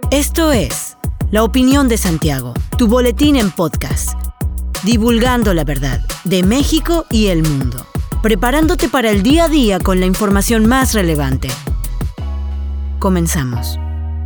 Esto es La Opinión de Santiago, tu boletín en podcast, divulgando la verdad de México y el mundo, preparándote para el día a día con la información más relevante. Comenzamos.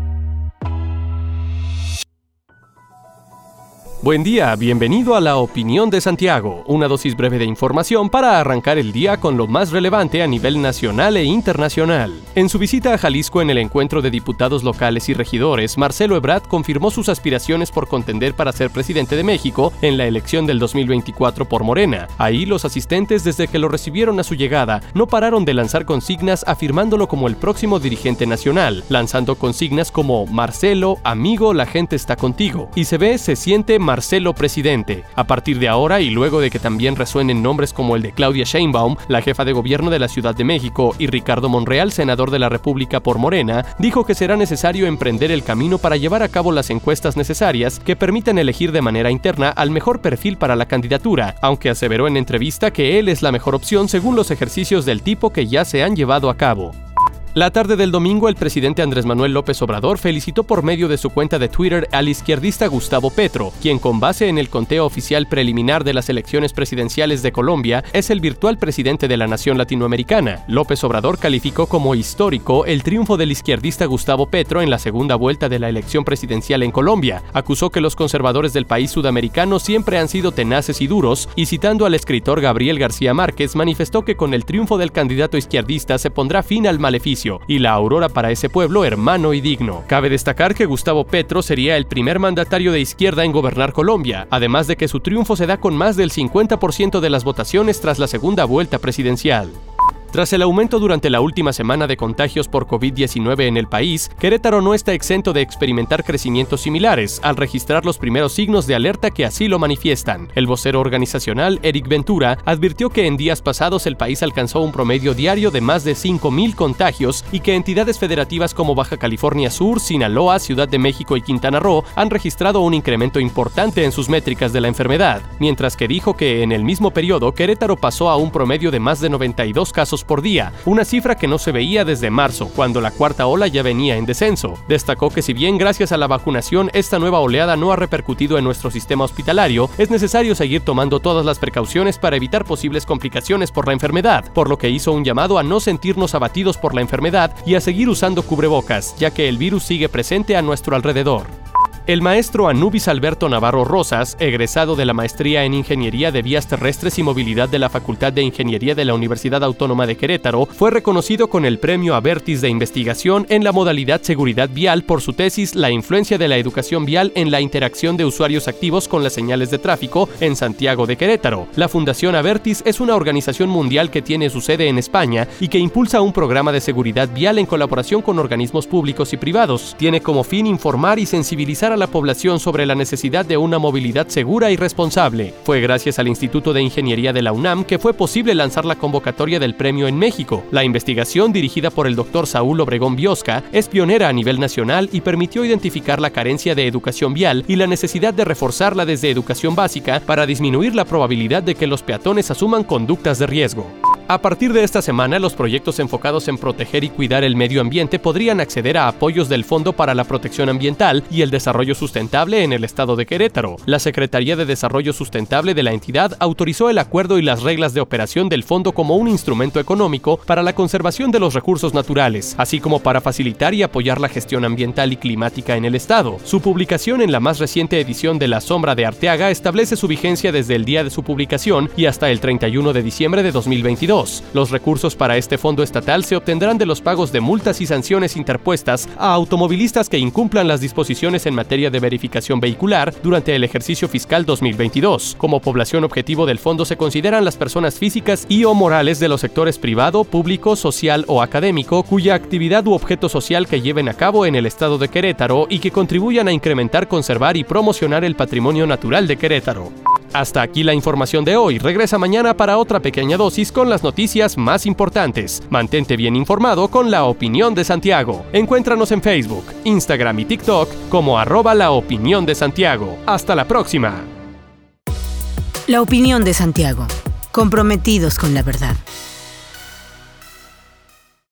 Buen día, bienvenido a La Opinión de Santiago, una dosis breve de información para arrancar el día con lo más relevante a nivel nacional e internacional. En su visita a Jalisco en el encuentro de diputados locales y regidores, Marcelo Ebrard confirmó sus aspiraciones por contender para ser presidente de México en la elección del 2024 por Morena. Ahí los asistentes, desde que lo recibieron a su llegada, no pararon de lanzar consignas afirmándolo como el próximo dirigente nacional, lanzando consignas como Marcelo, amigo, la gente está contigo, y se siente Marcelo presidente. A partir de ahora, y luego de que también resuenen nombres como el de Claudia Sheinbaum, la jefa de gobierno de la Ciudad de México, y Ricardo Monreal, senador de la República por Morena, dijo que será necesario emprender el camino para llevar a cabo las encuestas necesarias que permitan elegir de manera interna al mejor perfil para la candidatura, aunque aseveró en entrevista que él es la mejor opción según los ejercicios del tipo que ya se han llevado a cabo. La tarde del domingo, el presidente Andrés Manuel López Obrador felicitó por medio de su cuenta de Twitter al izquierdista Gustavo Petro, quien con base en el conteo oficial preliminar de las elecciones presidenciales de Colombia, es el virtual presidente de la nación latinoamericana. López Obrador calificó como histórico el triunfo del izquierdista Gustavo Petro en la segunda vuelta de la elección presidencial en Colombia. Acusó que los conservadores del país sudamericano siempre han sido tenaces y duros, y citando al escritor Gabriel García Márquez, manifestó que con el triunfo del candidato izquierdista se pondrá fin al maleficio y la aurora para ese pueblo hermano y digno. Cabe destacar que Gustavo Petro sería el primer mandatario de izquierda en gobernar Colombia, además de que su triunfo se da con más del 50% de las votaciones tras la segunda vuelta presidencial. Tras el aumento durante la última semana de contagios por COVID-19 en el país, Querétaro no está exento de experimentar crecimientos similares, al registrar los primeros signos de alerta que así lo manifiestan. El vocero organizacional, Eric Ventura, advirtió que en días pasados el país alcanzó un promedio diario de más de 5,000 contagios y que entidades federativas como Baja California Sur, Sinaloa, Ciudad de México y Quintana Roo han registrado un incremento importante en sus métricas de la enfermedad, mientras que dijo que en el mismo periodo Querétaro pasó a un promedio de más de 92 casos por día, una cifra que no se veía desde marzo, cuando la cuarta ola ya venía en descenso. Destacó que si bien gracias a la vacunación esta nueva oleada no ha repercutido en nuestro sistema hospitalario, es necesario seguir tomando todas las precauciones para evitar posibles complicaciones por la enfermedad, por lo que hizo un llamado a no sentirnos abatidos por la enfermedad y a seguir usando cubrebocas, ya que el virus sigue presente a nuestro alrededor. El maestro Anubis Alberto Navarro Rosas, egresado de la maestría en Ingeniería de Vías Terrestres y Movilidad de la Facultad de Ingeniería de la Universidad Autónoma de Querétaro, fue reconocido con el Premio Abertis de Investigación en la modalidad Seguridad Vial por su tesis La influencia de la educación vial en la interacción de usuarios activos con las señales de tráfico en Santiago de Querétaro. La Fundación Abertis es una organización mundial que tiene su sede en España y que impulsa un programa de seguridad vial en colaboración con organismos públicos y privados. Tiene como fin informar y sensibilizar a la población sobre la necesidad de una movilidad segura y responsable. Fue gracias al Instituto de Ingeniería de la UNAM que fue posible lanzar la convocatoria del premio en México. La investigación, dirigida por el Dr. Saúl Obregón Biosca, es pionera a nivel nacional y permitió identificar la carencia de educación vial y la necesidad de reforzarla desde educación básica para disminuir la probabilidad de que los peatones asuman conductas de riesgo. A partir de esta semana, los proyectos enfocados en proteger y cuidar el medio ambiente podrían acceder a apoyos del Fondo para la Protección Ambiental y el Desarrollo Sustentable en el estado de Querétaro. La Secretaría de Desarrollo Sustentable de la entidad autorizó el acuerdo y las reglas de operación del fondo como un instrumento económico para la conservación de los recursos naturales, así como para facilitar y apoyar la gestión ambiental y climática en el estado. Su publicación en la más reciente edición de La Sombra de Arteaga establece su vigencia desde el día de su publicación y hasta el 31 de diciembre de 2022. Los recursos para este fondo estatal se obtendrán de los pagos de multas y sanciones interpuestas a automovilistas que incumplan las disposiciones en materia de verificación vehicular durante el ejercicio fiscal 2022. Como población objetivo del fondo se consideran las personas físicas y o morales de los sectores privado, público, social o académico, cuya actividad u objeto social que lleven a cabo en el estado de Querétaro y que contribuyan a incrementar, conservar y promocionar el patrimonio natural de Querétaro. Hasta aquí la información de hoy. Regresa mañana para otra pequeña dosis con las noticias más importantes. Mantente bien informado con La Opinión de Santiago. Encuéntranos en Facebook, Instagram y TikTok como @La Opinión de Santiago. Hasta la próxima. La Opinión de Santiago. Comprometidos con la verdad.